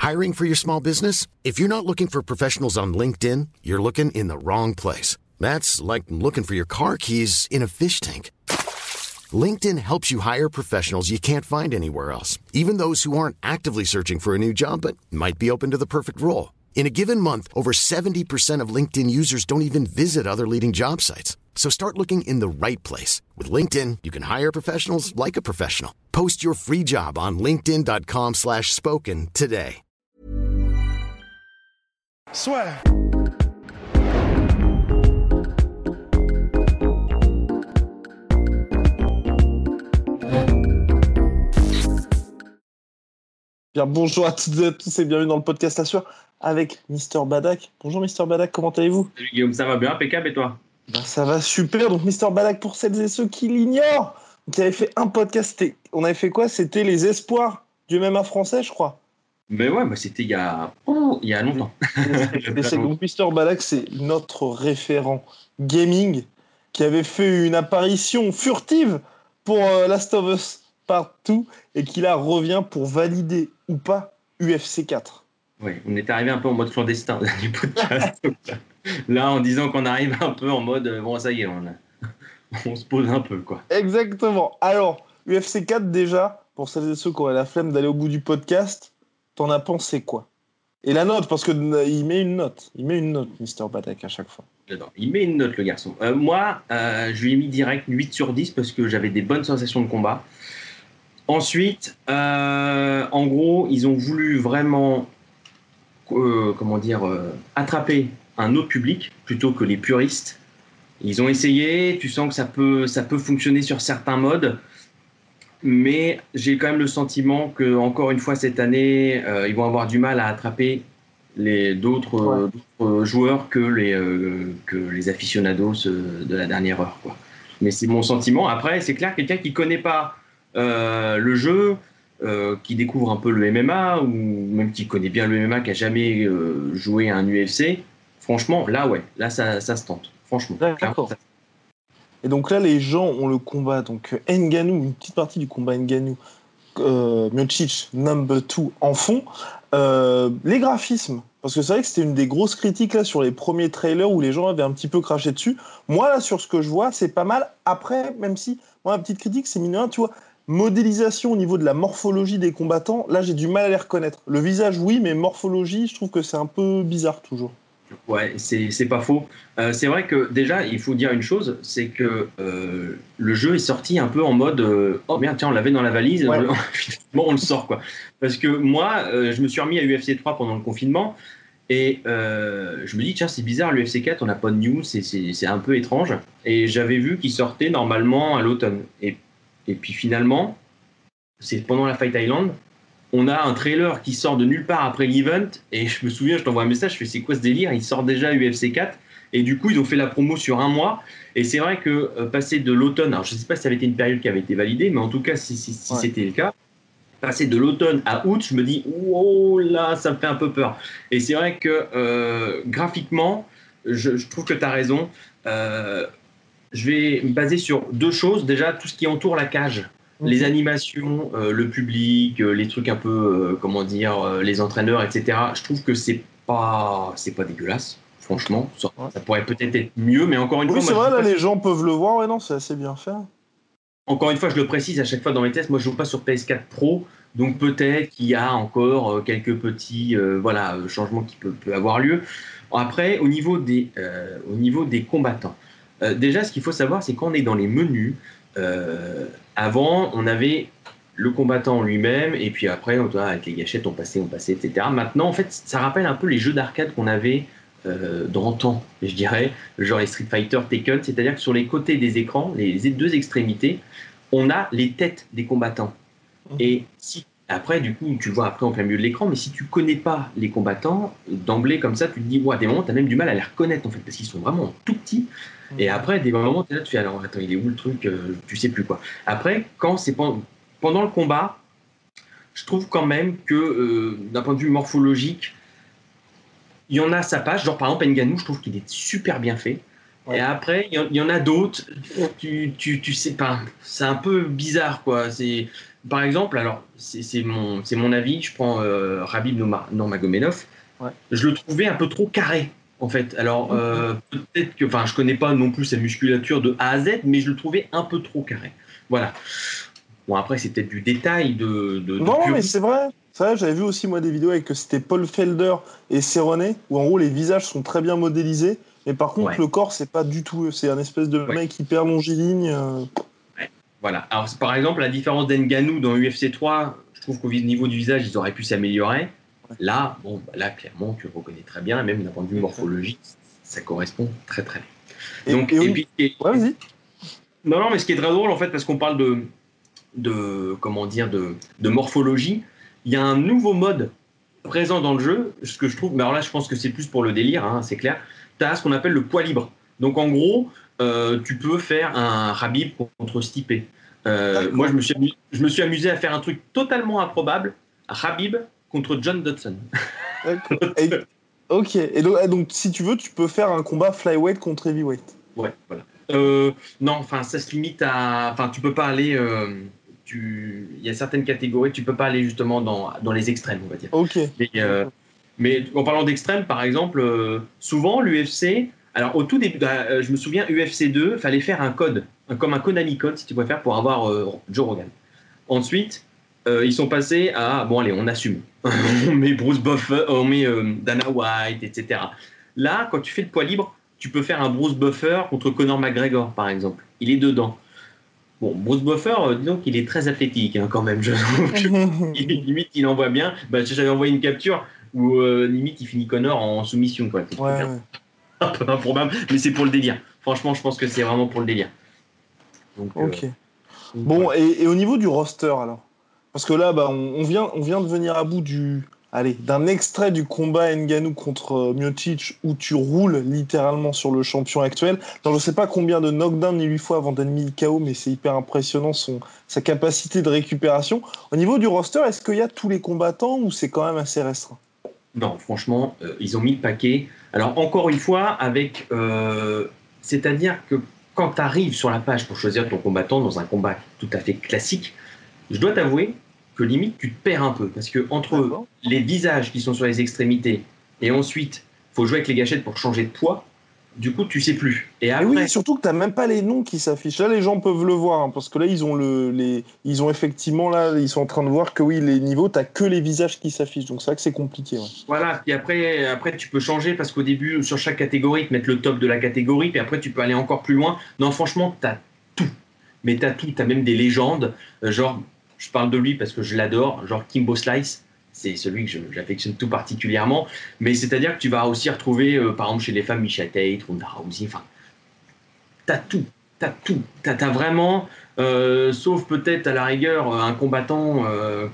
Hiring for your small business? If you're not looking for professionals on LinkedIn, you're looking in the wrong place. That's like looking for your car keys in a fish tank. LinkedIn helps you hire professionals you can't find anywhere else, even those who aren't actively searching for a new job but might be open to the perfect role. In a given month, over 70% of LinkedIn users don't even visit other leading job sites. So start looking in the right place. With LinkedIn, you can hire professionals like a professional. Post your free job on linkedin.com/spoken today. Soit. Bien, bonjour à toutes et à tous et bienvenue dans le podcast La Sueur avec Mister Badak. Bonjour Mister Badak, comment allez-vous? Salut Guillaume, ça va bien, impeccable, et toi? Ça va super. Donc Mister Badak, pour celles et ceux qui l'ignorent, qui avait fait un podcast, on avait fait quoi? C'était les espoirs du MMA français, je crois. Mais ouais, c'était il y a longtemps. Donc Mister Badak, c'est notre référent gaming qui avait fait une apparition furtive pour Last of Us Partout et qui là revient pour valider ou pas UFC 4. Oui, on est arrivé un peu en mode clandestin du podcast. Là, en disant qu'on arrive un peu en mode bon, ça y est, on se pose un peu, quoi. Exactement. Alors, UFC 4, déjà, pour celles et ceux qui auraient la flemme d'aller au bout du podcast, t'en as pensé quoi? Et la note, parce qu'il met une note. Il met une note, Mister Badak, à chaque fois. J'adore. Il met une note, le garçon. Moi, je lui ai mis direct 8 sur 10 parce que j'avais des bonnes sensations de combat. Ensuite, en gros, ils ont voulu vraiment attraper un autre public plutôt que les puristes. Ils ont essayé, tu sens que ça peut fonctionner sur certains modes, mais j'ai quand même le sentiment que encore une fois cette année, ils vont avoir du mal à attraper d'autres joueurs que les aficionados de la dernière heure, quoi. Mais c'est mon sentiment. Après, c'est clair, quelqu'un qui connaît pas le jeu, qui découvre un peu le MMA ou même qui connaît bien le MMA, qui a jamais joué à un UFC, franchement, là ça se tente. Franchement. D'accord. Et donc là, les gens ont le combat. Donc Ngannou, une petite partie du combat Ngannou, Miocic, number 2 en fond. Les graphismes, parce que c'est vrai que c'était une des grosses critiques là sur les premiers trailers où les gens avaient un petit peu craché dessus. Moi là, sur ce que je vois, c'est pas mal. Après, même si moi, ma petite critique, c'est mine de rien, tu vois, modélisation au niveau de la morphologie des combattants, là j'ai du mal à les reconnaître. Le visage, oui, mais morphologie, je trouve que c'est un peu bizarre toujours. Ouais, c'est pas faux. C'est vrai que déjà, il faut dire une chose, c'est que le jeu est sorti un peu en mode oh merde, tiens, on l'avait dans la valise, ouais. Finalement on le sort, quoi. Parce que moi, je me suis remis à UFC 3 pendant le confinement et je me dis tiens, c'est bizarre, l'UFC 4, on n'a pas de news, c'est un peu étrange. Et j'avais vu qu'il sortait normalement à l'automne. Et puis finalement, c'est pendant la Fight Island, on a un trailer qui sort de nulle part après l'event, et je me souviens, je t'envoie un message, je fais c'est quoi ce délire? Il sort déjà UFC 4, et du coup ils ont fait la promo sur un mois, et c'est vrai que passer de l'automne, alors je ne sais pas si ça avait été une période qui avait été validée, mais en tout cas si c'était le cas, passer de l'automne à août, je me dis oh là, ça me fait un peu peur. Et c'est vrai que graphiquement, je trouve que tu as raison. Je vais me baser sur deux choses. Déjà, tout ce qui entoure la cage. Les animations, le public, les trucs un peu, les entraîneurs, etc. Je trouve que c'est pas dégueulasse, franchement. Ça pourrait peut-être être mieux, mais encore une fois... Oui, c'est vrai, là, les gens peuvent le voir, ouais, non, c'est assez bien fait. Encore une fois, je le précise à chaque fois dans mes tests, moi je joue pas sur PS4 Pro, donc peut-être qu'il y a encore quelques petits changements qui peuvent avoir lieu. Après, au niveau des combattants, déjà, ce qu'il faut savoir, c'est qu'on est dans les menus. Avant, on avait le combattant lui-même, et puis après, avec les gâchettes, on passait, etc. Maintenant, en fait, ça rappelle un peu les jeux d'arcade qu'on avait dans le temps, je dirais, genre les Street Fighter, Tekken, c'est-à-dire que sur les côtés des écrans, les deux extrémités, on a les têtes des combattants. Et si après, du coup, tu le vois après en plein milieu de l'écran, mais si tu connais pas les combattants, d'emblée comme ça, tu te dis, ouais, à des moments, tu as même du mal à les reconnaître, en fait, parce qu'ils sont vraiment tout petits. Et après, des moments, tu es là, tu fais, alors, attends, il est où le truc, tu sais plus, quoi. Après, quand c'est pendant le combat, je trouve quand même que, d'un point de vue morphologique, il y en a sa page, genre par exemple Ngannou, je trouve qu'il est super bien fait. Ouais. Et après, il y en a d'autres, tu sais pas, c'est un peu bizarre, quoi. par exemple, alors c'est mon avis, je prends Khabib Nurmagomedov, je le trouvais un peu trop carré en fait. Alors peut-être que, enfin, je connais pas non plus sa musculature de A à Z, mais je le trouvais un peu trop carré. Voilà. Bon, après c'est peut-être du détail Non, mais c'est vrai. Ça, j'avais vu aussi moi des vidéos avec que c'était Paul Felder et Cerrone, où en gros les visages sont très bien modélisés, mais par contre le corps c'est pas du tout eux. C'est un espèce de mec hyper longiligne. Voilà. Alors par exemple la différence d'Ngannou dans UFC 3, je trouve qu'au niveau du visage ils auraient pu s'améliorer. Là, bon, là clairement tu le reconnais très bien, même d'un point de vue morphologique, ça correspond très très bien. Donc vas-y. Non, mais ce qui est très drôle en fait, parce qu'on parle de morphologie, il y a un nouveau mode présent dans le jeu, ce que je trouve, mais alors là je pense que c'est plus pour le délire, hein, c'est clair, tu as ce qu'on appelle le poids libre. Donc en gros, tu peux faire un Khabib contre Stipe. Moi je me suis amusé à faire un truc totalement improbable, Khabib contre John Dodson. Ok, et donc si tu veux, tu peux faire un combat flyweight contre heavyweight. Ouais, voilà. Non, enfin ça se limite à, enfin tu peux pas aller, il y a certaines catégories, tu peux pas aller justement dans les extrêmes, on va dire. Ok. Mais en parlant d'extrêmes, par exemple, souvent l'UFC, alors au tout début, je me souviens UFC 2, fallait faire un code, comme un Konami code si tu préfères, pour avoir Joe Rogan. Ensuite, ils sont passés à bon allez, on assume, on met Bruce Buffer, on met Dana White, etc. Là, quand tu fais le poids libre, tu peux faire un Bruce Buffer contre Conor McGregor, par exemple. Il est dedans. Bon, Bruce Buffer, disons qu'il est très athlétique, hein, quand même. Je trouve que limite, il envoie bien. J'avais envoyé une capture où, limite, il finit Conor en soumission, quoi. Ouais. Un peu improbable, mais c'est pour le délire. Franchement, je pense que c'est vraiment pour le délire. Donc, ok. Bon, voilà. Et au niveau du roster, alors? Parce que là, on vient de venir à bout d'un extrait du combat Ngannou contre Miocic où tu roules littéralement sur le champion actuel. Alors, je sais pas combien de knockdowns il lui faut avant d'être mis KO, mais c'est hyper impressionnant sa capacité de récupération. Au niveau du roster, est-ce qu'il y a tous les combattants ou c'est quand même assez restreint? Non, franchement, ils ont mis le paquet. Alors, encore une fois, c'est-à-dire que quand tu arrives sur la page pour choisir ton combattant dans un combat tout à fait classique, je dois t'avouer que limite tu te perds un peu parce que entre les visages qui sont sur les extrémités et ensuite il faut jouer avec les gâchettes pour changer de poids, du coup tu sais plus. Et après, oui, surtout que tu n'as même pas les noms qui s'affichent. Là, les gens peuvent le voir, hein, parce que là, ils ont effectivement, là, ils sont en train de voir que oui, les niveaux, tu n'as que les visages qui s'affichent. Donc c'est vrai que c'est compliqué. Ouais. Voilà, puis après tu peux changer parce qu'au début, sur chaque catégorie, te mettre le top de la catégorie, puis après tu peux aller encore plus loin. Non, franchement, tu as tout. Mais tu as tout, tu as même des légendes, genre, je parle de lui parce que je l'adore, genre Kimbo Slice. C'est celui que j'affectionne tout particulièrement. Mais c'est-à-dire que tu vas aussi retrouver, par exemple, chez les femmes, Micha Tate, Ronda Rousey. Enfin, t'as tout. T'as vraiment, sauf peut-être à la rigueur, un combattant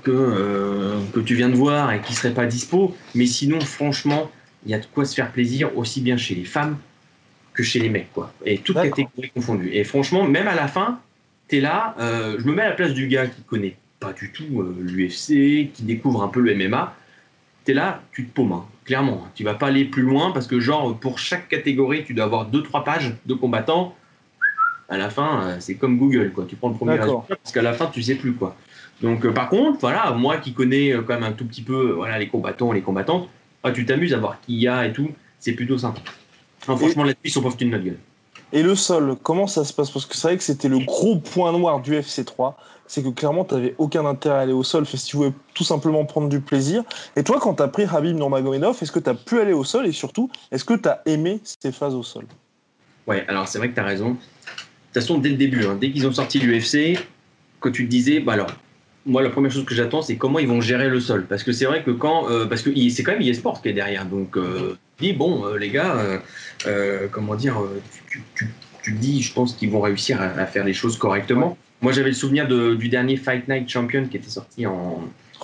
que tu viens de voir et qui serait pas dispo. Mais sinon, franchement, il y a de quoi se faire plaisir aussi bien chez les femmes que chez les mecs, quoi. Et toutes catégories confondues. Et franchement, même à la fin, t'es là, je me mets à la place du gars qui connaît pas du tout l'UFC, qui découvre un peu le MMA, t'es là, tu te paumes, hein, clairement. Tu vas pas aller plus loin parce que genre, pour chaque catégorie, tu dois avoir 2-3 pages de combattants. À la fin, c'est comme Google, quoi. Tu prends le premier résultat parce qu'à la fin, tu sais plus, quoi. Donc, par contre, voilà, moi qui connais quand même un tout petit peu voilà, les combattants, les combattantes, tu t'amuses à voir qui il y a et tout, c'est plutôt sympa. Non, franchement, là-dessus, ils sont pas foutus de notre gueule. Et le sol, comment ça se passe? Parce que c'est vrai que c'était le gros point noir du UFC 3, c'est que clairement, tu n'avais aucun intérêt à aller au sol, si tu voulais tout simplement prendre du plaisir. Et toi, quand tu as pris Khabib Nurmagomedov, est-ce que tu as pu aller au sol? Et surtout, est-ce que tu as aimé ces phases au sol? Ouais, alors c'est vrai que tu as raison. De toute façon, dès le début, hein, dès qu'ils ont sorti l'UFC, quand tu te disais, alors, moi, la première chose que j'attends, c'est comment ils vont gérer le sol. Parce que c'est vrai que parce que c'est quand même eSport qui est derrière. Donc, dis, bon, les gars, comment dire, tu dis, je pense qu'ils vont réussir à faire les choses correctement. Ouais. Moi, j'avais le souvenir du dernier Fight Night Champion qui était sorti en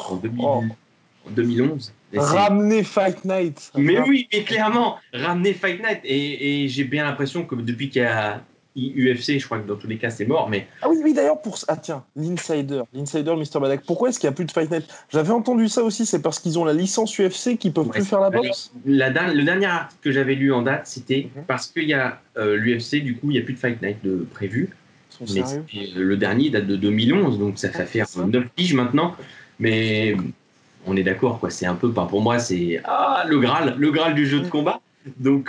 2011. Ramener Fight Night. Mais oui, mais clairement, ramener Fight Night. Et j'ai bien l'impression que depuis qu'il y a UFC, je crois que dans tous les cas, c'est mort. Mais... Ah oui, d'ailleurs, l'Insider, Mr. Badak, pourquoi est-ce qu'il n'y a plus de Fight Night? J'avais entendu ça aussi, c'est parce qu'ils ont la licence UFC qu'ils ne peuvent plus faire la boxe. Le dernier article que j'avais lu en date, c'était parce qu'il y a l'UFC, du coup, il n'y a plus de Fight Night prévu. Mais le dernier date de 2011, donc ça fait faire 9 piges maintenant. Mais on est d'accord, quoi. C'est un peu, pour moi, c'est le Graal du jeu de combat. Donc,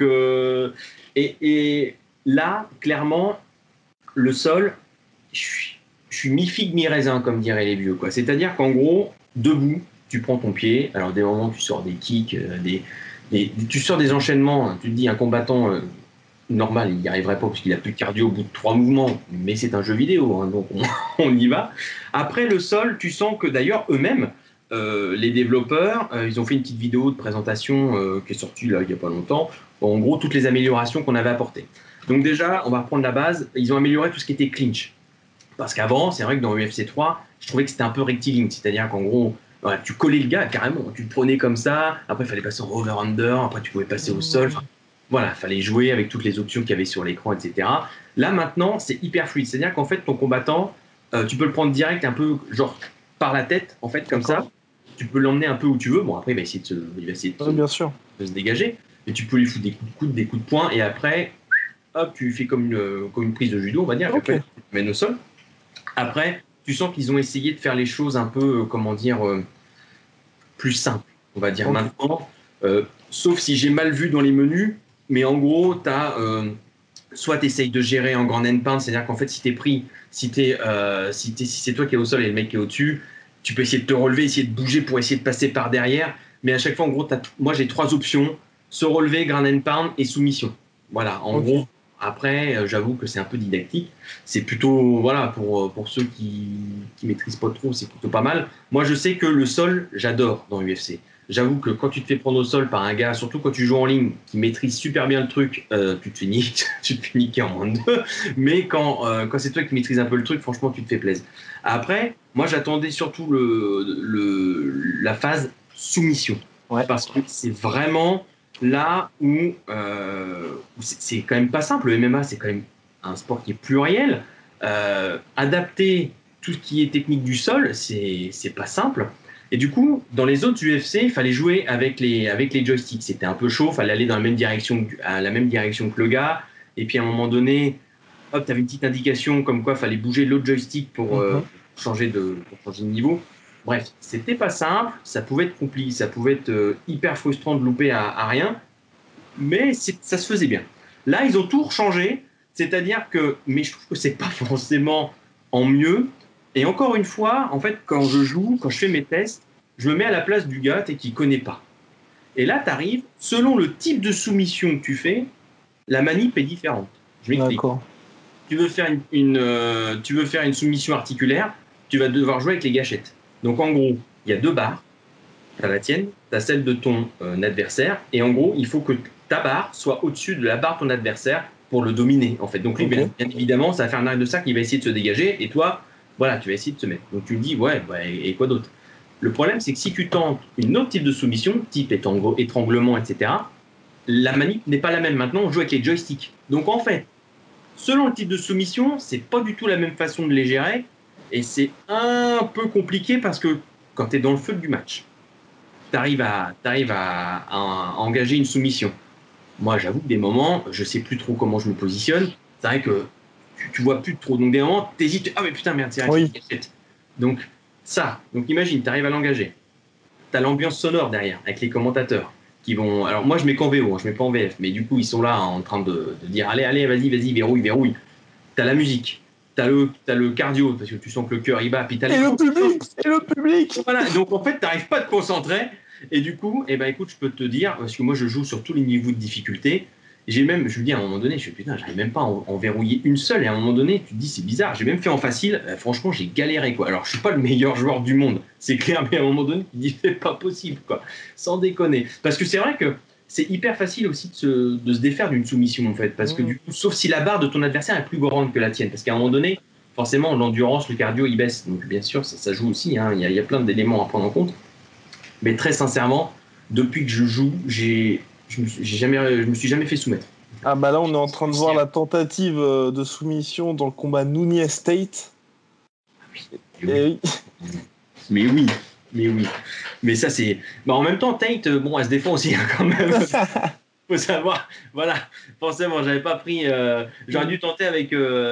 et là, clairement, le sol, je suis mi-figue, mi-raisin, comme diraient les vieux, quoi. C'est-à-dire qu'en gros, debout, tu prends ton pied. Alors, des moments, tu sors des kicks, tu sors des enchaînements. Tu te dis, un combattant normal, il n'y arriverait pas parce qu'il a plus de cardio au bout de 3 mouvements. Mais c'est un jeu vidéo, hein, donc on y va. Après, le sol, tu sens que d'ailleurs, eux-mêmes, les développeurs, ils ont fait une petite vidéo de présentation qui est sortie là, il n'y a pas longtemps. En gros, toutes les améliorations qu'on avait apportées. Donc déjà, on va reprendre la base. Ils ont amélioré tout ce qui était clinch. Parce qu'avant, c'est vrai que dans UFC 3, je trouvais que c'était un peu rectiligne. C'est-à-dire qu'en gros, voilà, tu collais le gars carrément. Tu le prenais comme ça. Après, il fallait passer en over-under. Après, tu pouvais passer au sol. Enfin, voilà, il fallait jouer avec toutes les options qu'il y avait sur l'écran, etc. Là, maintenant, c'est hyper fluide. C'est-à-dire qu'en fait, ton combattant, tu peux le prendre direct un peu, genre, par la tête, en fait, comme ça. Tu peux l'emmener un peu où tu veux. Bon, après, il va essayer de se dégager. Mais tu peux lui foutre des coups de coude, des coups de poing. Et après, hop, tu fais comme une prise de judo, on va dire. Okay. Après, tu te mènes au sol. Après, tu sens qu'ils ont essayé de faire les choses un peu, plus simples, on va dire maintenant. Sauf si j'ai mal vu dans les menus. Mais en gros, tu as... soit tu essayes de gérer en grand end-pound, c'est-à-dire qu'en fait, si c'est toi qui es au sol et le mec qui est au-dessus, tu peux essayer de te relever, essayer de bouger pour essayer de passer par derrière. Mais à chaque fois, en gros, moi, j'ai 3 options. Se relever, grand end-pound et soumission. Voilà, en gros. Après, j'avoue que c'est un peu didactique. C'est plutôt, voilà, pour ceux qui maîtrisent pas trop, c'est plutôt pas mal. Moi, je sais que le sol, j'adore dans UFC. J'avoue que quand tu te fais prendre au sol par un gars, surtout quand tu joues en ligne, qui maîtrise super bien le truc, tu te fais niquer en moins de 2. Mais quand c'est toi qui maîtrises un peu le truc, franchement, tu te fais plaisir. Après, moi, j'attendais surtout la phase soumission. Ouais. Parce que c'est vraiment là où c'est quand même pas simple. Le MMA, c'est quand même un sport qui est pluriel. Adapter tout ce qui est technique du sol, c'est pas simple. Et du coup, dans les autres UFC, il fallait jouer avec les joysticks. C'était un peu chaud, il fallait aller dans la même direction que le gars. Et puis à un moment donné, hop, tu avais une petite indication comme quoi il fallait bouger l'autre joystick pour changer de niveau. Bref, c'était pas simple, ça pouvait être compliqué, ça pouvait être hyper frustrant de louper à rien, mais ça se faisait bien. Là, ils ont tout changé, c'est-à-dire que, mais je trouve que c'est pas forcément en mieux. Et encore une fois, en fait, quand je fais mes tests, je me mets à la place du gars qui connaît pas. Et là, tu arrives, selon le type de soumission que tu fais, la manip est différente. Je m'explique. D'accord. Tu veux faire une soumission articulaire, tu vas devoir jouer avec les gâchettes. Donc en gros, il y a 2 barres. Tu as la tienne, tu as celle de ton adversaire. Et en gros, il faut que ta barre soit au-dessus de la barre de ton adversaire pour le dominer, en fait. Donc lui, bien évidemment, ça va faire un arc de cercle, il va essayer de se dégager. Et toi, voilà, tu vas essayer de te mettre. Donc tu me dis, ouais, et quoi d'autre ? Le problème, c'est que si tu tentes une autre type de soumission, type étranglement, etc., la manip n'est pas la même. Maintenant, on joue avec les joysticks. Donc en fait, selon le type de soumission, c'est pas du tout la même façon de les gérer. Et c'est un peu compliqué parce que quand tu es dans le feu du match, tu arrives à engager une soumission. Moi, j'avoue que des moments, je sais plus trop comment je me positionne. C'est vrai que tu vois plus trop. Donc des moments, tu hésites. Ah mais putain, merde, c'est vrai. Oui. Donc imagine, tu arrives à l'engager. Tu as l'ambiance sonore derrière, avec les commentateurs qui vont... Alors moi, je mets qu'en VO, je mets pas en VF. Mais du coup, ils sont là en train de dire, allez, vas-y, verrouille. Tu as la musique. T'as le cardio, parce que tu sens que le cœur il bat, puis t'as le public. Voilà, donc en fait, t'arrives pas à te concentrer. Et du coup, écoute, je peux te dire, parce que moi je joue sur tous les niveaux de difficulté. Je me dis à un moment donné, putain, j'arrive même pas à en verrouiller une seule. Et à un moment donné, tu te dis, c'est bizarre. J'ai même fait en facile. Franchement, j'ai galéré, quoi. Alors, je suis pas le meilleur joueur du monde, c'est clair, mais à un moment donné, tu te dis, c'est pas possible, quoi. Sans déconner. Parce que c'est vrai que c'est hyper facile aussi de se défaire d'une soumission, en fait. Parce que du coup, sauf si la barre de ton adversaire est plus grande que la tienne. Parce qu'à un moment donné, forcément, l'endurance, le cardio, il baisse. Donc, bien sûr, ça joue aussi. Hein. Il y a plein d'éléments à prendre en compte. Mais très sincèrement, depuis que je joue, je me suis jamais fait soumettre. Ah bah là, on est en train de voir la tentative de soumission dans le combat Nunez Tate. Oui. Mais oui. Mais ça, c'est... Bah, en même temps, Tate, elle se défend aussi, hein, quand même. faut savoir. Voilà, forcément, j'avais pas pris. J'aurais dû tenter avec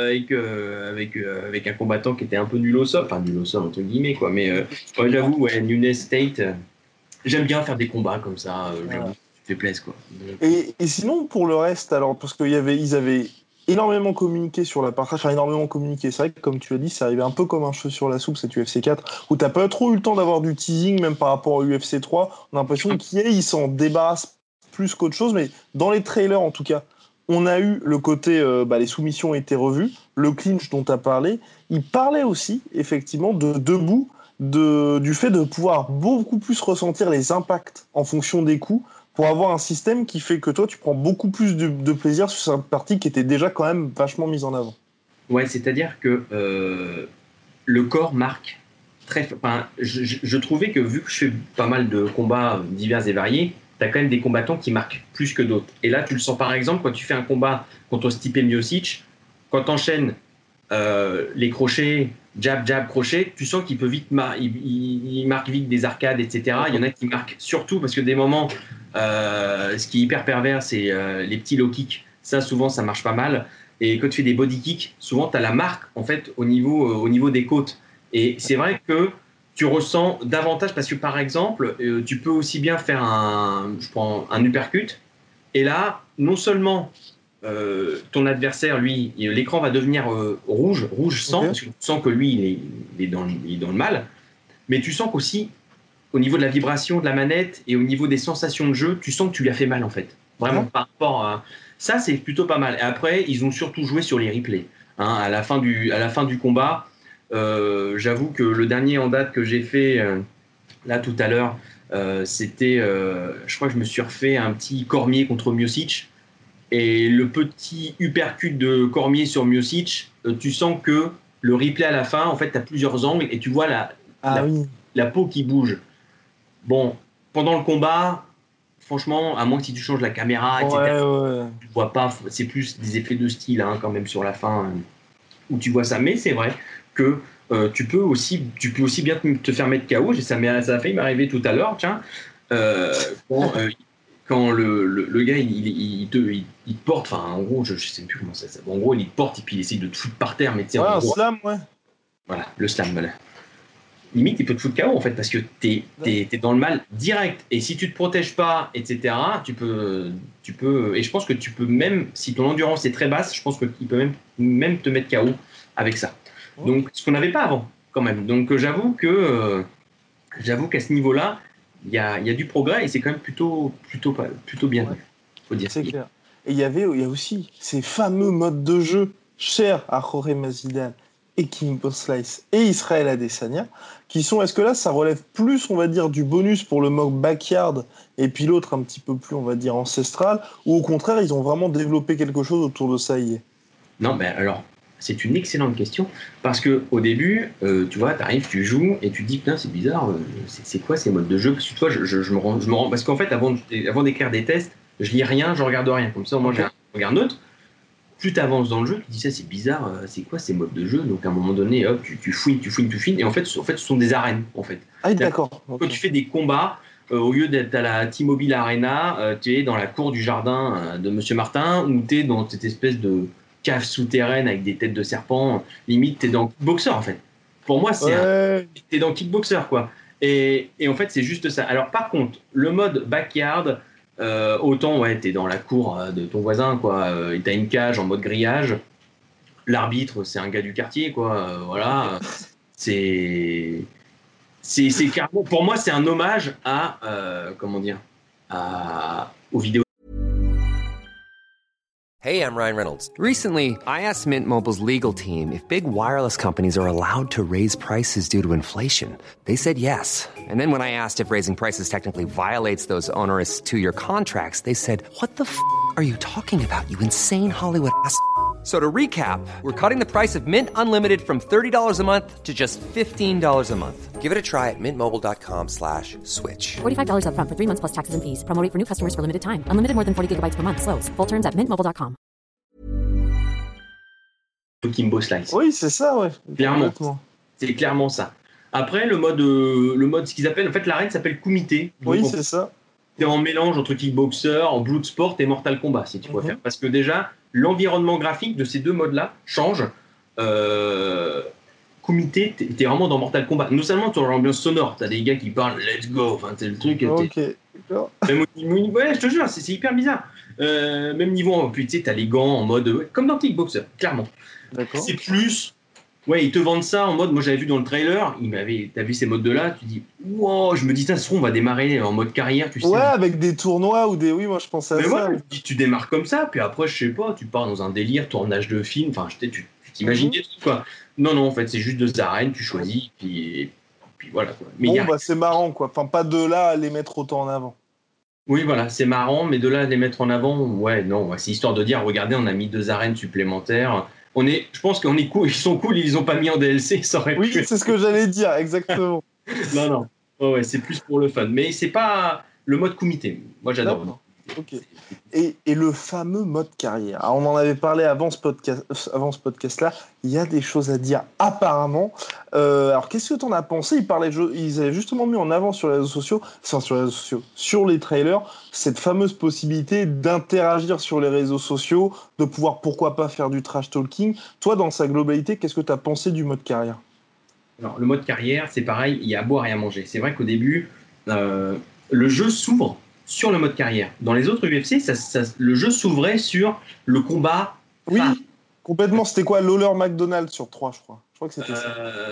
un combattant qui était un peu nul au sol, enfin nul au sol entre guillemets quoi. Mais ouais, j'avoue, ouais, Nunes Tate, j'aime bien faire des combats comme ça. J'avoue, ça fait plaisir quoi. Donc, Et sinon, pour le reste, alors, parce qu'ils avaient énormément communiqué sur la partie, enfin énormément communiqué, c'est vrai que comme tu as dit, c'est arrivé un peu comme un cheveu sur la soupe, cet UFC 4, où t'as pas trop eu le temps d'avoir du teasing, même par rapport au UFC 3, on a l'impression qu'il s'en débarrasse plus qu'autre chose, mais dans les trailers en tout cas, on a eu le côté, les soumissions ont été revues, le clinch dont tu as parlé, il parlait aussi, effectivement, de debout, du fait de pouvoir beaucoup plus ressentir les impacts en fonction des coups, pour avoir un système qui fait que toi, tu prends beaucoup plus de plaisir sur cette partie qui était déjà quand même vachement mise en avant. ouais, c'est-à-dire que le corps marque très. Enfin, je trouvais que vu que je fais pas mal de combats divers et variés, tu as quand même des combattants qui marquent plus que d'autres. Et là, tu le sens par exemple quand tu fais un combat contre Stipe Miocic, quand tu enchaînes les crochets, jab, jab, crochet, tu sens qu'il peut vite il marque vite des arcades, etc. Il y en a qui marquent surtout parce que des moments, ce qui est hyper pervers, c'est les petits low kicks. Ça, souvent, ça marche pas mal. Et quand tu fais des body kicks, souvent, tu as la marque en fait, au niveau des côtes. Et c'est vrai que tu ressens davantage parce que, par exemple, tu peux aussi bien faire un uppercut. Et là, non seulement ton adversaire, lui, l'écran va devenir rouge sang, parce que tu sens que lui, il est dans le mal. Mais tu sens qu'aussi, au niveau de la vibration de la manette et au niveau des sensations de jeu, tu sens que tu lui as fait mal, en fait. Vraiment, par rapport à... Ça, c'est plutôt pas mal. Et après, ils ont surtout joué sur les replays. Hein, à la fin du combat, j'avoue que le dernier en date que j'ai fait, là, tout à l'heure, c'était... je crois que je me suis refait un petit Cormier contre Miocic. Et le petit uppercut de Cormier sur Miocic, tu sens que le replay à la fin, en fait, tu as plusieurs angles et tu vois la peau qui bouge. Bon, pendant le combat, franchement, à moins que si tu changes la caméra, etc., tu ne vois pas, c'est plus des effets de style hein, quand même sur la fin où tu vois ça. Mais c'est vrai que tu peux aussi bien te faire mettre KO. Ça a failli m'arriver tout à l'heure, tiens. Quand le gars il te porte, enfin en gros je sais plus comment ça s'appelle. En gros il te porte et puis il essaie de te foutre par terre, mais tu sais un slam, ouais. Voilà, le slam, voilà. Limite il peut te foutre KO en fait parce que t'es dans le mal direct et si tu te protèges pas, etc. Tu peux et je pense que tu peux même si ton endurance est très basse, je pense qu'il peut même te mettre KO avec ça. Donc ce qu'on n'avait pas avant quand même. Donc j'avoue qu'à ce niveau-là il y a du progrès et c'est quand même plutôt bien. Faut dire. C'est clair. Et il y a aussi ces fameux modes de jeu chers à Jorge Masvidal et Kimbo Slice et Israel Adesanya, qui sont, est-ce que là ça relève plus, on va dire, du bonus pour le mode backyard et puis l'autre un petit peu plus, on va dire, ancestral, ou au contraire ils ont vraiment développé quelque chose autour de ça hier? Non, ben alors, c'est une excellente question, parce qu'au début, tu vois, tu arrives, tu joues, et tu te dis, putain, c'est bizarre, c'est quoi ces modes de jeu? Parce que toi, je me rends... Parce qu'en fait, avant d'écrire des tests, je lis rien, je regarde rien. Comme ça, moi, j'ai un regard neutre. Plus tu avances dans le jeu, tu te dis, ça, c'est bizarre, c'est quoi ces modes de jeu? Donc, à un moment donné, hop, tu fouines, et en fait, ce sont des arènes, en fait. Ah, d'accord. Quand tu fais des combats, au lieu d'être à la T-Mobile Arena, tu es dans la cour du jardin de Monsieur Martin, ou tu es dans cette espèce de cave souterraine avec des têtes de serpents. Limite, t'es dans Kickboxer, en fait. Pour moi, t'es dans Kickboxer, quoi. Et en fait, c'est juste ça. Alors, par contre, le mode backyard, autant, ouais, t'es dans la cour de ton voisin, quoi. Et t'as une cage en mode grillage. L'arbitre, c'est un gars du quartier, quoi. Voilà. C'est carrément... Pour moi, c'est un hommage à... comment dire aux vidéos. Hey, I'm Ryan Reynolds. Recently, I asked Mint Mobile's legal team if big wireless companies are allowed to raise prices due to inflation. They said yes. And then when I asked if raising prices technically violates those onerous 2-year contracts, they said, "What the f*** are you talking about, you insane Hollywood ass?" So to recap, we're cutting the price of Mint Unlimited from $30 a month to just $15 a month. Give it a try at mintmobile.com/switch. $45 up front for 3 months plus taxes and fees. Promo rate for new customers for limited time. Unlimited more than 40 gigabytes per month. Slows full terms at mintmobile.com. Kimbo Slice. Oui, c'est ça, ouais. Clairement. C'est clairement ça. Après, le mode, ce qu'ils appellent, en fait, l'arène s'appelle Kumite. Oui, c'est ça. t'es en mélange entre kickboxer, en Bloodsport et Mortal Kombat, si tu préfères. Parce que déjà, l'environnement graphique de ces deux modes-là change. Kumite, t'es vraiment dans Mortal Kombat. Non seulement tu as l'ambiance sonore, t'as des gars qui parlent let's go, enfin c'est le truc. Ok, d'accord. Ouais, je te jure, c'est hyper bizarre. Même niveau, puis tu sais, t'as les gants en mode comme dans Kickboxer, clairement. D'accord. C'est plus. Ouais, ils te vendent ça en mode. Moi, j'avais vu dans le trailer, t'as vu ces modes-là, tu dis, wow, je me dis, ça se trouve, on va démarrer en mode carrière, tu sais. Ouais, avec des tournois ou des. Oui, moi je pensais à Mais ça. voilà, tu démarres comme ça, puis après, je sais pas, tu pars dans un délire, tournage de film, enfin, tu t'imagines des trucs, quoi. Non, en fait, c'est juste deux arènes, tu choisis, puis voilà, quoi. Mais Bon, c'est marrant, quoi. Enfin, pas de là à les mettre autant en avant. Oui, voilà, c'est marrant, mais de là à les mettre en avant, ouais, non, c'est histoire de dire, regardez, on a mis 2 arènes supplémentaires. Je pense qu'on est cool, ils sont cool, ils les ont pas mis en DLC, ça aurait pu. Oui, c'est ce que j'allais dire, exactement. Non. Ouais, c'est plus pour le fun. Mais c'est pas le mode Kumite. Moi, j'adore. Ok. Et le fameux mode carrière. Alors, on en avait parlé avant ce podcast-là. Il y a des choses à dire apparemment. Alors, qu'est-ce que tu en as pensé ? Ils avaient justement mis en avant sur les réseaux sociaux, sur les trailers, cette fameuse possibilité d'interagir sur les réseaux sociaux, de pouvoir, pourquoi pas, faire du trash talking. Toi, dans sa globalité, qu'est-ce que tu as pensé du mode carrière ? Alors, le mode carrière, c'est pareil, il y a à boire et à manger. C'est vrai qu'au début, le jeu s'ouvre sur le mode carrière. Dans les autres UFC, le jeu s'ouvrait sur le combat. Oui, complètement. C'était quoi, Lawler McDonald sur 3, je crois. Je crois que c'était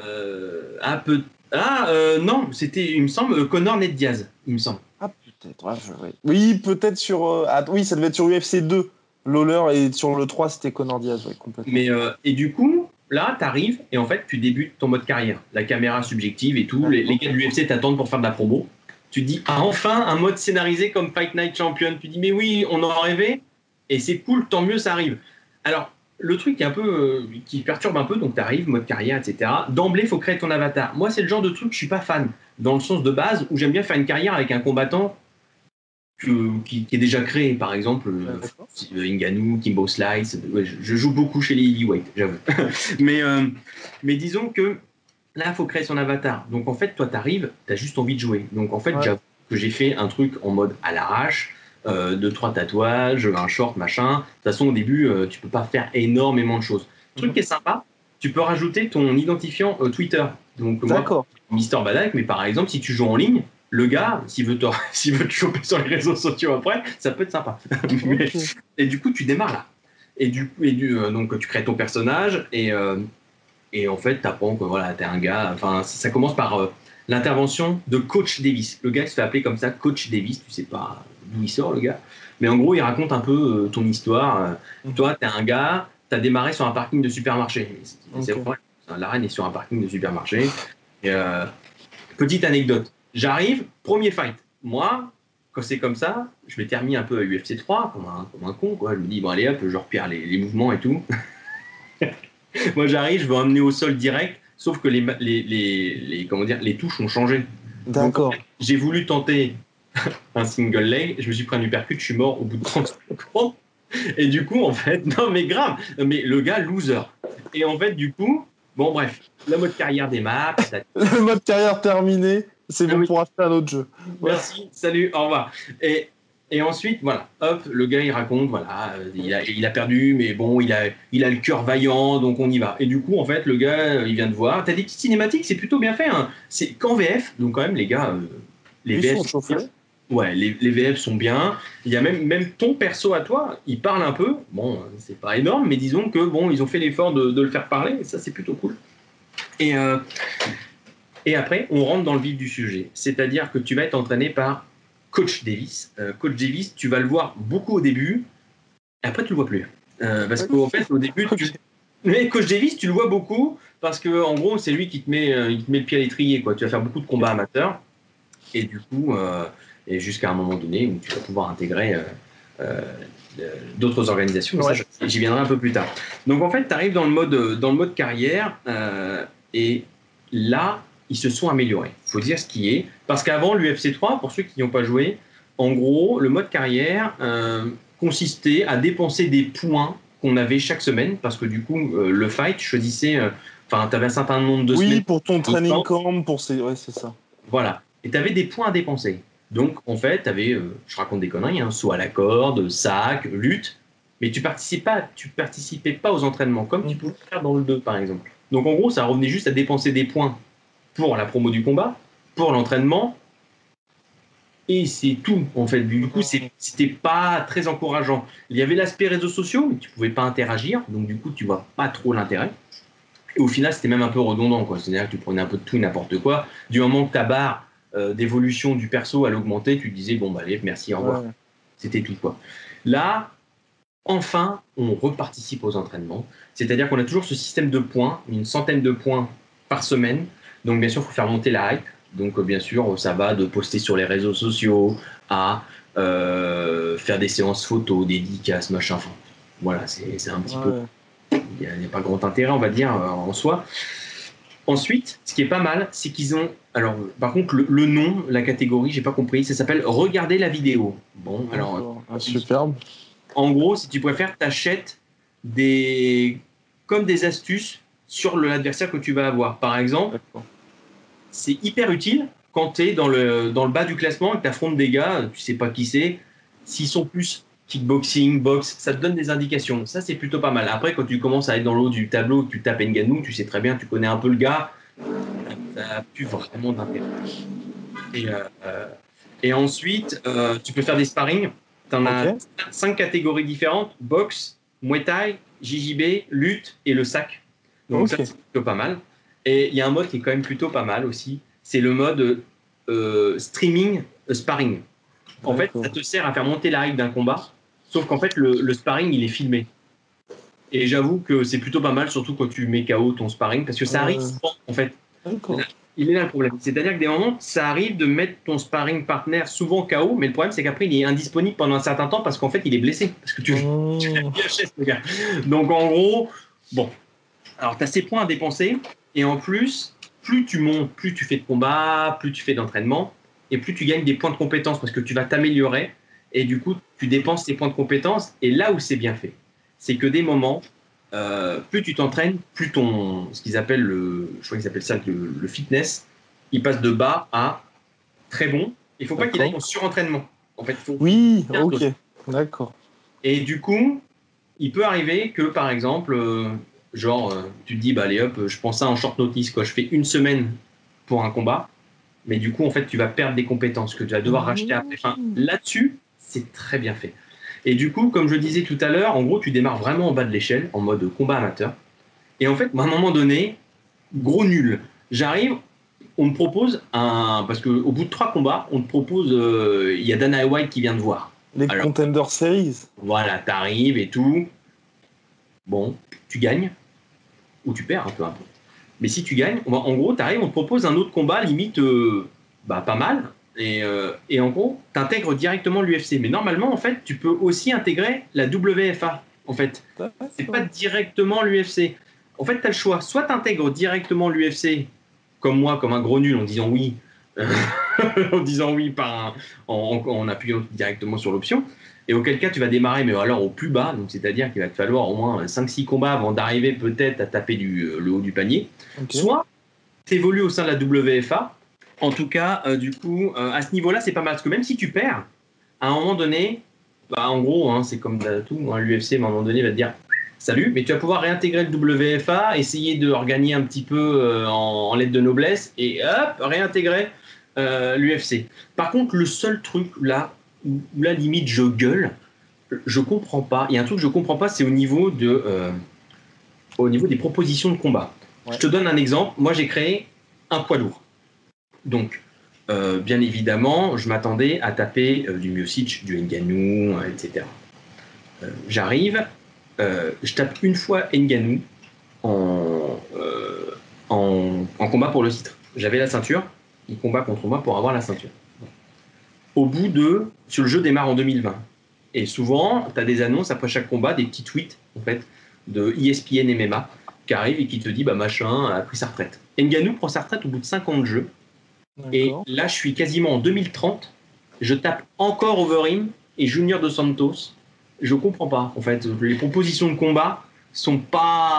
ça. Non, c'était, il me semble, Conor Ned Diaz, il me semble. Ah, peut-être. Oui, peut-être sur... oui, ça devait être sur UFC 2, Lawler, et sur le 3, c'était Conor Diaz, complètement. Mais, et du coup, là, t'arrives, et en fait, tu débutes ton mode carrière. La caméra subjective et tout. Les gars de l'UFC t'attendent pour faire de la promo. Tu te dis, enfin, un mode scénarisé comme Fight Night Champion. Tu te dis, mais oui, on en rêvait, et c'est cool, tant mieux, ça arrive. Alors, le truc qui perturbe un peu, donc tu arrives, mode carrière, etc. D'emblée, il faut créer ton avatar. Moi, c'est le genre de truc que je suis pas fan, dans le sens de base, où j'aime bien faire une carrière avec un combattant qui est déjà créé. Par exemple, Ngannou, Kimbo Slice. Ouais, je joue beaucoup chez les heavyweight, j'avoue. mais disons que là, il faut créer son avatar. Donc, en fait, toi, tu arrives, tu as juste envie de jouer. Donc, en fait, j'avoue que j'ai fait un truc en mode à l'arrache, 2-3 tatouages, un short, machin. De toute façon, au début, tu peux pas faire énormément de choses. Le truc qui est sympa, tu peux rajouter ton identifiant Twitter. Donc, moi, Mister Badak, mais par exemple, si tu joues en ligne, le gars, s'il veut te choper sur les réseaux sociaux après, ça peut être sympa. Et du coup, tu démarres là. Donc, tu crées ton personnage et en fait, tu apprends que voilà, tu es un gars. Enfin, ça commence par l'intervention de Coach Davis. Le gars se fait appeler comme ça, Coach Davis. Tu sais pas d'où il sort, le gars. Mais en gros, il raconte un peu ton histoire. Toi, tu es un gars, tu as démarré sur un parking de supermarché. C'est vrai, l'arène est sur un parking de supermarché. Et, petite anecdote. J'arrive, premier fight. Moi, quand c'est comme ça, je m'étais remis un peu à UFC 3, comme un con, quoi. Je me dis, bon, allez hop, je repère les mouvements et tout. Moi, j'arrive, je veux emmener au sol direct, sauf que les touches ont changé. D'accord. Donc, en fait, j'ai voulu tenter un single leg, je me suis pris un uppercut, je suis mort au bout de 30 secondes. Et du coup, en fait, non mais grave, mais le gars, loser. Et en fait, du coup, bon, bref, le mode carrière démarre. Le mode carrière terminé, c'est bon pour acheter un autre jeu. Merci, salut, au revoir. Et ensuite, voilà, hop, le gars, il raconte, voilà, il a perdu, mais bon, il a le cœur vaillant, donc on y va. Et du coup, en fait, le gars, il vient de voir. T'as des petites cinématiques, c'est plutôt bien fait. Hein. C'est qu'en VF, donc quand même, les gars, les VF sont chauffés. Ouais, les VF sont bien. Il y a même ton perso à toi, il parle un peu. Bon, c'est pas énorme, mais disons que bon, ils ont fait l'effort de le faire parler. Et ça, c'est plutôt cool. Et après, on rentre dans le vif du sujet. C'est-à-dire que tu vas être entraîné par Coach Davis. Coach Davis, tu vas le voir beaucoup au début. Et après, tu le vois plus. Parce qu'en fait, au début, mais Coach Davis, tu le vois beaucoup parce que en gros, c'est lui qui te met le pied à l'étrier, quoi. Tu vas faire beaucoup de combats amateurs. Et du coup, et jusqu'à un moment donné où tu vas pouvoir intégrer d'autres organisations. Ouais. Ça, j'y viendrai un peu plus tard. Donc en fait, tu arrives dans le mode carrière et là, ils se sont améliorés. Il faut dire ce qui est. Parce qu'avant, l'UFC 3, pour ceux qui n'y ont pas joué, en gros, le mode carrière consistait à dépenser des points qu'on avait chaque semaine parce que du coup, le fight choisissait... Enfin, tu avais un certain nombre de semaines. Oui, pour ton training camp, pour ces... Ouais, c'est ça. Voilà. Et tu avais des points à dépenser. Donc, en fait, tu avais, je raconte des conneries, hein, saut à la corde, sac, lutte, mais tu participais pas aux entraînements, comme tu pouvais le faire dans le 2, par exemple. Donc, en gros, ça revenait juste à dépenser des points pour la promo du combat, pour l'entraînement, et c'est tout, en fait. Du coup, c'était pas très encourageant. Il y avait l'aspect réseaux sociaux, mais tu pouvais pas interagir, donc du coup, tu vois pas trop l'intérêt. Et au final, c'était même un peu redondant, quoi. C'est-à-dire que tu prenais un peu de tout et n'importe quoi. Du moment que ta barre d'évolution du perso allait augmenter, tu te disais, bon, bah allez, merci, au revoir. Ouais. C'était tout, quoi. Là, enfin, on reparticipe aux entraînements. C'est-à-dire qu'on a toujours ce système de points, une centaine de points par semaine. Donc, bien sûr, il faut faire monter la hype. Donc, bien sûr, ça va de poster sur les réseaux sociaux à faire des séances photos, dédicaces, machin. Enfin, voilà, c'est un petit peu... Il n'y a pas grand intérêt, on va dire, en soi. Ensuite, ce qui est pas mal, c'est qu'ils ont... Alors, par contre, le nom, la catégorie, j'ai pas compris, ça s'appelle « Regarder la vidéo ». Bon, alors... superbe. En gros, si tu préfères, t'achètes comme des astuces sur l'adversaire que tu vas avoir. Par exemple, c'est hyper utile quand tu es dans le bas du classement et que tu affrontes des gars, tu sais pas qui c'est, s'ils sont plus kickboxing, boxe, ça te donne des indications. Ça, c'est plutôt pas mal. Après, quand tu commences à être dans le haut du tableau, que tu tapes Ngannou, tu sais très bien, tu connais un peu le gars, ça n'a plus vraiment d'intérêt. Et ensuite, tu peux faire des sparring. Tu en as 5 catégories différentes, boxe, muay thai, JJB, lutte et le sac. Donc ça, c'est plutôt pas mal. Et il y a un mode qui est quand même plutôt pas mal aussi, c'est le mode streaming sparring. En fait, ça te sert à faire monter la hype d'un combat, sauf qu'en fait, le sparring, il est filmé. Et j'avoue que c'est plutôt pas mal, surtout quand tu mets KO ton sparring, parce que ça arrive souvent, en fait. Il est là le problème. C'est-à-dire que des moments, ça arrive de mettre ton sparring partner souvent KO, mais le problème, c'est qu'après, il est indisponible pendant un certain temps parce qu'en fait, il est blessé. Parce que tu l'as bien chaise, le gars. Donc, en gros, bon. Alors, tu as ces points à dépenser. Et en plus, plus tu montes, plus tu fais de combats, plus tu fais d'entraînement, et plus tu gagnes des points de compétence parce que tu vas t'améliorer. Et du coup, tu dépenses tes points de compétence. Et là où c'est bien fait, c'est que des moments, plus tu t'entraînes, plus ce qu'ils appellent je crois qu'ils appellent ça le fitness, il passe de bas à très bon. Il ne faut pas qu'il aille en surentraînement. En fait, d'accord. Et du coup, il peut arriver que, par exemple, tu te dis, bah, allez hop, je prends ça en short notice, quoi. Je fais une semaine pour un combat, mais du coup, en fait, tu vas perdre des compétences que tu vas devoir racheter après. Enfin, là-dessus, c'est très bien fait. Et du coup, comme je disais tout à l'heure, en gros, tu démarres vraiment en bas de l'échelle, en mode combat amateur. Et en fait, à un moment donné, gros nul. J'arrive, on me propose parce qu'au bout de 3 combats, on te propose, il y a Dana White qui vient te voir. Les Contender Series. Voilà, t'arrives et tout. Bon, tu gagnes, ou tu perds un peu. Mais si tu gagnes, en gros, t'arrives, on te propose un autre combat, limite, pas mal. Et en gros, tu intègres directement l'UFC. Mais normalement, en fait, tu peux aussi intégrer la WFA. En fait, c'est pas directement l'UFC. En fait, tu as le choix. Soit tu intègres directement l'UFC, comme moi, comme un gros nul, en disant oui, en appuyant directement sur l'option. Et auquel cas, tu vas démarrer, mais alors au plus bas. Donc, c'est-à-dire qu'il va te falloir au moins 5-6 combats avant d'arriver peut-être à taper le haut du panier. Soit tu évolues au sein de la WFA. En tout cas, du coup, à ce niveau-là, c'est pas mal. Parce que même si tu perds, à un moment donné, en gros, c'est comme tout. L'UFC, à un moment donné, va te dire salut, mais tu vas pouvoir réintégrer le WFA, essayer de regagner un petit peu en lettre de noblesse et hop, réintégrer l'UFC. Par contre, le seul truc là, où la limite je gueule, je comprends pas. Il y a un truc que je comprends pas, c'est au niveau des propositions de combat. Ouais. Je te donne un exemple. Moi, j'ai créé un poids lourd. Donc, bien évidemment, je m'attendais à taper du Miocic, du Ngannou, etc. J'arrive, je tape une fois Ngannou en combat pour le titre. J'avais la ceinture, il combat contre moi pour avoir la ceinture. Le jeu démarre en 2020. Et souvent, tu as des annonces après chaque combat, des petits tweets en fait, de ESPN MMA qui arrivent et qui te dit machin a pris sa retraite. Ngannou prend sa retraite au bout de 5 ans de jeu. D'accord. Et là, je suis quasiment en 2030. Je tape encore Overeem et Junior Dos Santos. Je comprends pas. En fait, les propositions de combat sont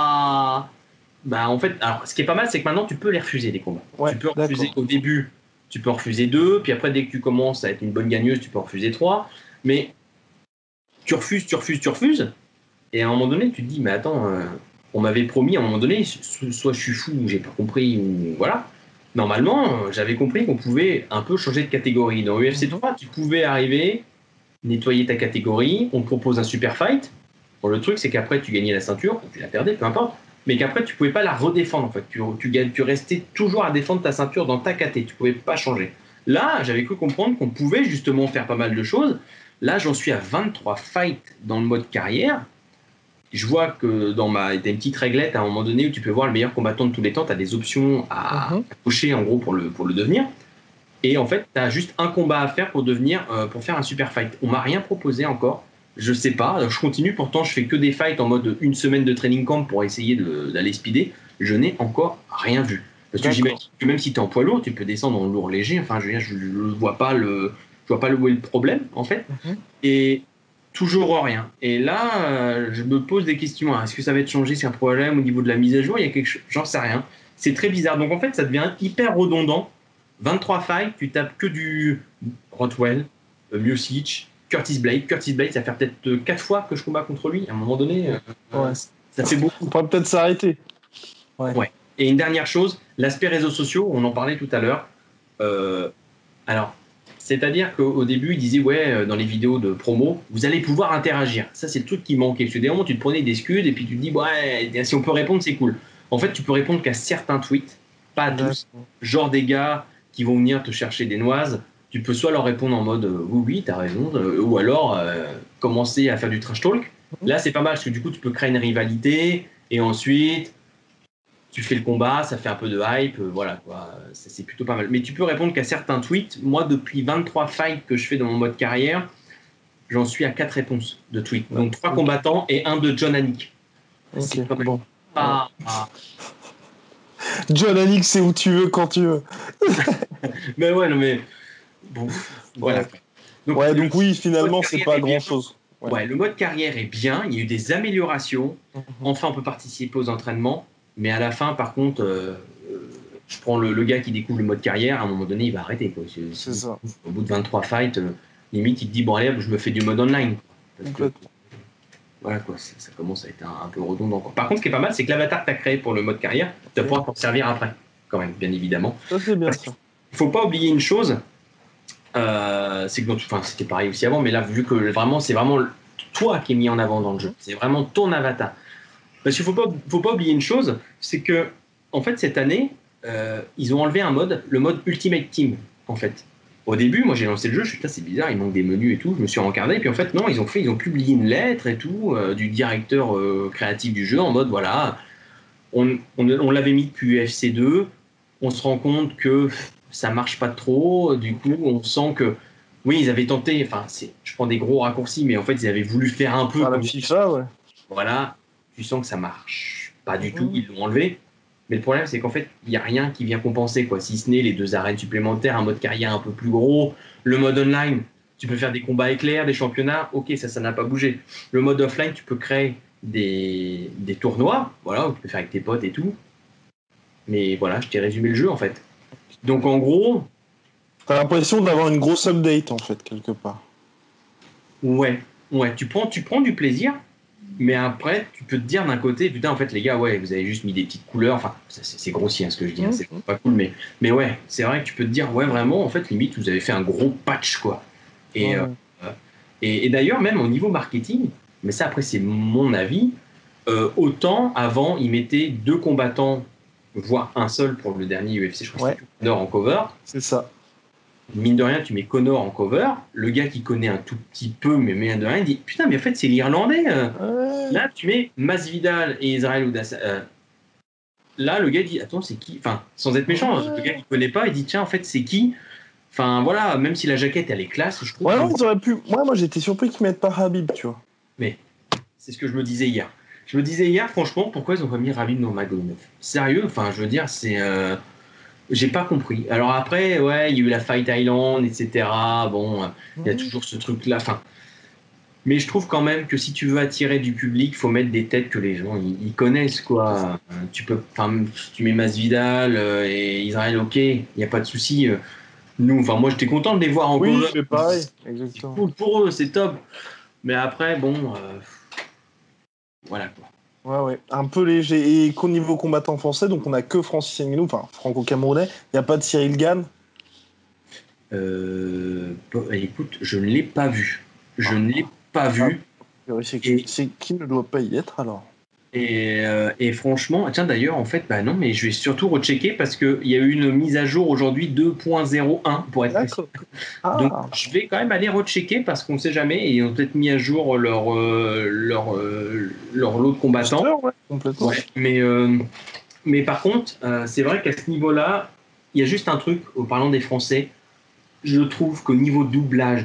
pas. En fait, alors, ce qui est pas mal, c'est que maintenant, tu peux les refuser, les combats. Ouais, tu peux refuser au début tu peux en refuser 2, puis après, dès que tu commences à être une bonne gagneuse, tu peux en refuser 3. Mais tu refuses, et à un moment donné, tu te dis, mais attends, on m'avait promis, à un moment donné, soit je suis fou, ou j'ai pas compris, ou voilà. Normalement, j'avais compris qu'on pouvait un peu changer de catégorie. Dans UFC 3, tu pouvais arriver, nettoyer ta catégorie, on te propose un super fight. Bon, le truc, c'est qu'après, tu gagnais la ceinture, ou tu la perdais, peu importe, mais qu'après, tu pouvais pas la redéfendre, en fait. Tu restais toujours à défendre ta ceinture dans ta caté, tu pouvais pas changer. Là, j'avais cru comprendre qu'on pouvait justement faire pas mal de choses. Là, j'en suis à 23 fights dans le mode carrière. Je vois que t'as une petite réglette à un moment donné où tu peux voir le meilleur combattant de tous les temps. Tu as des options à cocher en gros pour le devenir. Et en fait, tu as juste un combat à faire pour faire un super fight. On m'a rien proposé encore. Je sais pas. Alors, je continue. Pourtant, je fais que des fights en mode une semaine de training camp pour essayer d'aller speeder. Je n'ai encore rien vu. Parce que j'imagine que même si tu es en poids lourd, tu peux descendre en lourd léger. Enfin, je veux dire, je ne vois pas où est le problème, en fait. Et toujours rien. Et là, je me pose des questions. Est-ce que ça va être changé? C'est un problème au niveau de la mise à jour? Il y a quelque chose, j'en sais rien. C'est très bizarre. Donc en fait, ça devient hyper redondant. 23 fights, tu tapes que du Rothwell, Miocic, Curtis Blade. Curtis Blade, ça fait peut-être 4 fois que je combats contre lui. À un moment donné, ça fait beaucoup. On pourrait peut-être s'arrêter. Ouais. Et une dernière chose, l'aspect réseaux sociaux, on en parlait tout à l'heure. Alors, c'est-à-dire qu'au début, ils disaient, dans les vidéos de promo, vous allez pouvoir interagir. Ça, c'est le truc qui manquait. Parce que des moments, tu te prenais des scuds et puis tu te dis, si on peut répondre, c'est cool. En fait, tu peux répondre qu'à certains tweets, pas à tous. Genre des gars qui vont venir te chercher des noises, tu peux soit leur répondre en mode oui, t'as raison, ou alors commencer à faire du trash talk. Là, c'est pas mal parce que du coup, tu peux créer une rivalité et ensuite tu fais le combat, ça fait un peu de hype, voilà quoi, c'est plutôt pas mal. Mais tu peux répondre qu'à certains tweets. Moi, depuis 23 fights que je fais dans mon mode carrière, j'en suis à 4 réponses de tweets. Donc 3 combattants et 1 de John Anik. C'est quand même bon. pas... John Anik, c'est où tu veux, quand tu veux. mais bon, voilà. Donc oui, finalement, c'est pas grand-chose. Ouais, le mode carrière est bien, il y a eu des améliorations. Enfin, on peut participer aux entraînements. Mais à la fin, par contre, je prends le gars qui découvre le mode carrière, à un moment donné, il va arrêter. Quoi. C'est ça. Au bout de 23 fights, limite, il te dit, bon allez, je me fais du mode online. Parce que, voilà, quoi, ça commence à être un peu redondant. Quoi. Par contre, ce qui est pas mal, c'est que l'avatar que tu as créé pour le mode carrière, tu vas pouvoir t'en servir après, quand même, bien évidemment. Ça, c'est bien ça. Il ne faut pas oublier une chose, c'est que c'était pareil aussi avant, mais là, vu que c'est vraiment toi qui es mis en avant dans le jeu, c'est vraiment ton avatar. Parce qu'il faut pas oublier une chose, c'est que en fait cette année, ils ont enlevé le mode Ultimate Team. En fait, au début, moi j'ai lancé le jeu, je me suis dit c'est bizarre, il manque des menus et tout. Je me suis rencardé et puis en fait non, ils ont publié une lettre et tout du directeur créatif du jeu en mode voilà, on l'avait mis depuis UFC 2, on se rend compte que ça marche pas trop. Du coup, on sent que oui, ils avaient tenté. Enfin, je prends des gros raccourcis, mais en fait ils avaient voulu faire un peu la FIFA, ouais. Voilà. Tu sens que ça marche pas du tout, ils l'ont enlevé. Mais le problème, c'est qu'en fait, il n'y a rien qui vient compenser, quoi. Si ce n'est les 2 arènes supplémentaires, un mode carrière un peu plus gros, le mode online, tu peux faire des combats éclairs, des championnats, ok, ça n'a pas bougé. Le mode offline, tu peux créer des tournois, voilà, où tu peux faire avec tes potes et tout. Mais voilà, je t'ai résumé le jeu, en fait. Donc, en gros... T'as l'impression d'avoir une grosse update, en fait, quelque part. Ouais, tu prends du plaisir. Mais après, tu peux te dire d'un côté, putain, en fait, les gars, ouais, vous avez juste mis des petites couleurs. Enfin, c'est grossier ce que je dis, c'est pas cool, mais ouais, c'est vrai que tu peux te dire, ouais, vraiment, en fait, limite, vous avez fait un gros patch, quoi. Et d'ailleurs, même au niveau marketing, mais ça, après, c'est mon avis, autant avant, ils mettaient 2 combattants, voire un seul pour le dernier UFC, je crois que c'est Connor en cover. C'est ça. Mine de rien, tu mets Connor en cover, le gars qui connaît un tout petit peu, mais mine de rien, il dit putain, mais en fait, c'est l'Irlandais. Là, tu mets Masvidal et Israel Oudassa. Là, le gars dit attends, c'est qui? Enfin, sans être méchant, le gars qui connaît pas, il dit tiens, en fait, c'est qui? Enfin, voilà, même si la jaquette, elle est classe, je trouve. Ouais, ils auraient pu. Moi, j'étais surpris qu'ils mettent pas Habib, tu vois. Mais c'est ce que je me disais hier. Je me disais hier, franchement, pourquoi ils ont pas mis Habib Nurmagomedov? Sérieux, enfin, je veux dire, c'est. J'ai pas compris. Alors après, ouais, il y a eu la Fight Island, etc. Bon, il y a toujours ce truc-là. Enfin, mais je trouve quand même que si tu veux attirer du public, il faut mettre des têtes que les gens ils connaissent, quoi. Tu mets Masvidal et Israël, ok, il n'y a pas de souci. moi j'étais content de les voir en Oui, cover. c'est pareil, exactement. Cool pour eux, c'est top. Mais après, bon, voilà quoi. Ouais, un peu léger. Et qu'au niveau combattant français, donc on a que Francis Ngannou, enfin franco-camerounais, il n'y a pas de Cyril Gane. Écoute, je ne l'ai pas vu. C'est qui ne doit pas y être alors? Et franchement, tiens d'ailleurs, en fait, non, mais je vais surtout rechecker parce qu'il y a eu une mise à jour aujourd'hui 2.01 pour être précis. Donc je vais quand même aller rechecker parce qu'on ne sait jamais, et ils ont peut-être mis à jour leur lot de combattants. Ouais, complètement. Ouais, mais par contre, c'est vrai qu'à ce niveau-là, il y a juste un truc, en parlant des Français, je trouve qu'au niveau doublage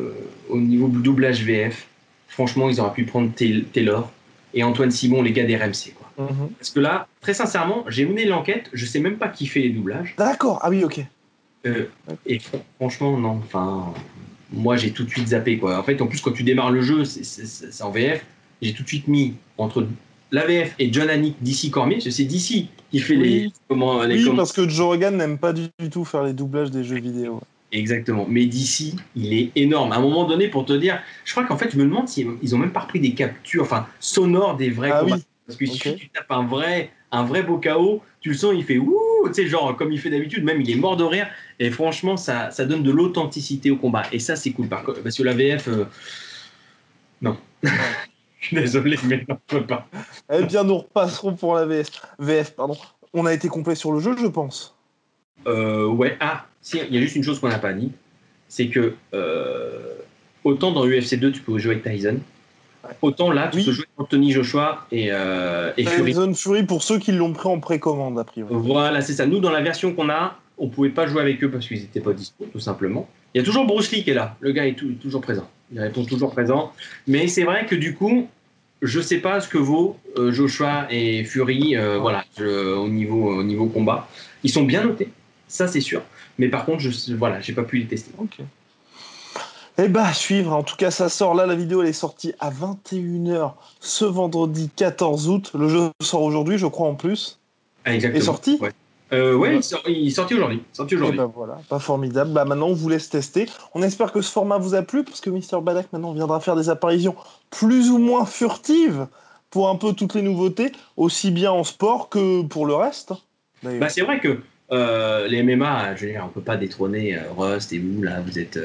VF, franchement, ils auraient pu prendre Taylor et Antoine Simon, les gars des RMC, quoi. Mm-hmm. Parce que là, très sincèrement, j'ai mené l'enquête, je sais même pas qui fait les doublages. D'accord, ah oui, ok. Et franchement, non, enfin, moi j'ai tout de suite zappé, quoi. En fait, en plus, quand tu démarres le jeu, c'est en VF, j'ai tout de suite mis entre la VF et John Anik, DC Cormier, parce que c'est DC qui fait les parce que Joe Rogan n'aime pas du tout faire les doublages des jeux vidéo. Exactement, mais DC, il est énorme. À un moment donné, pour te dire, je crois qu'en fait, je me demande s'ils ont même pas repris des captures, sonores des vrais combats. Oui. Parce que si tu tapes un vrai beau KO, tu le sens, il fait ouh, tu sais, genre comme il fait d'habitude, même il est mort de rire. Et franchement, ça donne de l'authenticité au combat. Et ça, c'est cool. Parce que la VF, non. Je suis désolé, mais non, je peux pas. Eh bien, nous repasserons pour la VF. On a été complet sur le jeu, je pense. Ouais. Ah, si, il y a juste une chose qu'on n'a pas dit, c'est que autant dans UFC 2 tu peux jouer avec Tyson, autant là tu peux jouer avec Anthony Joshua et Fury. Tyson Fury pour ceux qui l'ont pris en précommande a priori. Voilà, c'est ça. Nous dans la version qu'on a, on pouvait pas jouer avec eux parce qu'ils n'étaient pas dispo, tout simplement. Il y a toujours Bruce Lee qui est là, le gars est toujours présent. Il répond toujours présent. Mais c'est vrai que du coup, je sais pas ce que vaut Joshua et Fury, au niveau combat. Ils sont bien notés. Ça, c'est sûr. Mais par contre, j'ai pas pu les tester. Ok. Eh ben, à suivre. En tout cas, ça sort là. La vidéo, elle est sortie à 21h ce vendredi 14 août. Le jeu sort aujourd'hui, je crois, en plus. Ah, exactement. Est sorti ? Ouais. Il est sorti aujourd'hui. Et ben voilà, pas formidable. Maintenant, on vous laisse tester. On espère que ce format vous a plu, parce que Mr. Badak, maintenant, viendra faire des apparitions plus ou moins furtives pour un peu toutes les nouveautés, aussi bien en sport que pour le reste. C'est vrai que les MMA, je veux dire, on peut pas détrôner Rust et vous là, vous êtes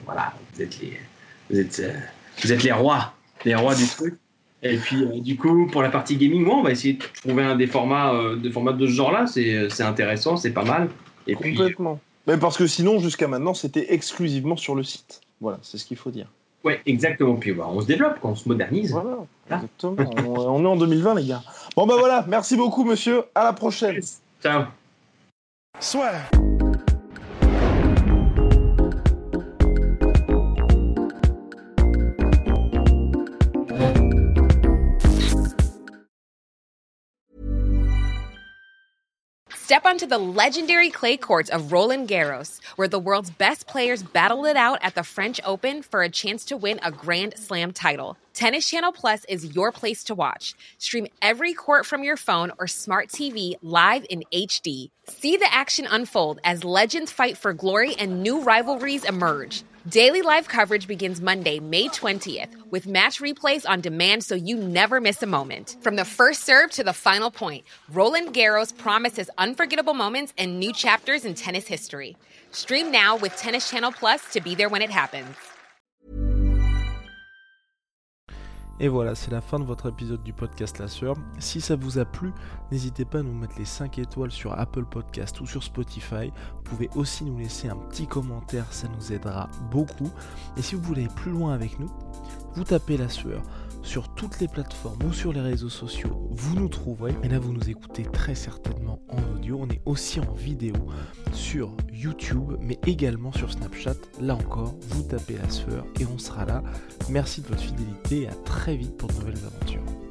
les rois du truc. Et puis du coup, pour la partie gaming, on va essayer de trouver des formats de ce genre-là. C'est intéressant, c'est pas mal. Et complètement. Mais parce que sinon, jusqu'à maintenant, c'était exclusivement sur le site. Voilà, c'est ce qu'il faut dire. Ouais, exactement. Puis on se développe, on se modernise. Voilà, exactement. on est en 2020, les gars. Bon, voilà. Merci beaucoup, monsieur. À la prochaine. Ciao. Swear. Step onto the legendary clay courts of Roland Garros, where the world's best players battle it out at the French Open for a chance to win a Grand Slam title. Tennis Channel Plus is your place to watch. Stream every court from your phone or smart TV live in HD. See the action unfold as legends fight for glory and new rivalries emerge. Daily live coverage begins Monday, May 20th, with match replays on demand so you never miss a moment. From the first serve to the final point, Roland Garros promises unforgettable moments and new chapters in tennis history. Stream now with Tennis Channel Plus to be there when it happens. Et voilà, c'est la fin de votre épisode du podcast La Sueur. Si ça vous a plu, n'hésitez pas à nous mettre les 5 étoiles sur Apple Podcast ou sur Spotify. Vous pouvez aussi nous laisser un petit commentaire, ça nous aidera beaucoup. Et si vous voulez aller plus loin avec nous, vous tapez La Sueur sur toutes les plateformes ou sur les réseaux sociaux, vous nous trouverez. Et là, vous nous écoutez très certainement en audio. On est aussi en vidéo sur YouTube, mais également sur Snapchat. Là encore, vous tapez La Sueur et on sera là. Merci de votre fidélité et à très vite pour de nouvelles aventures.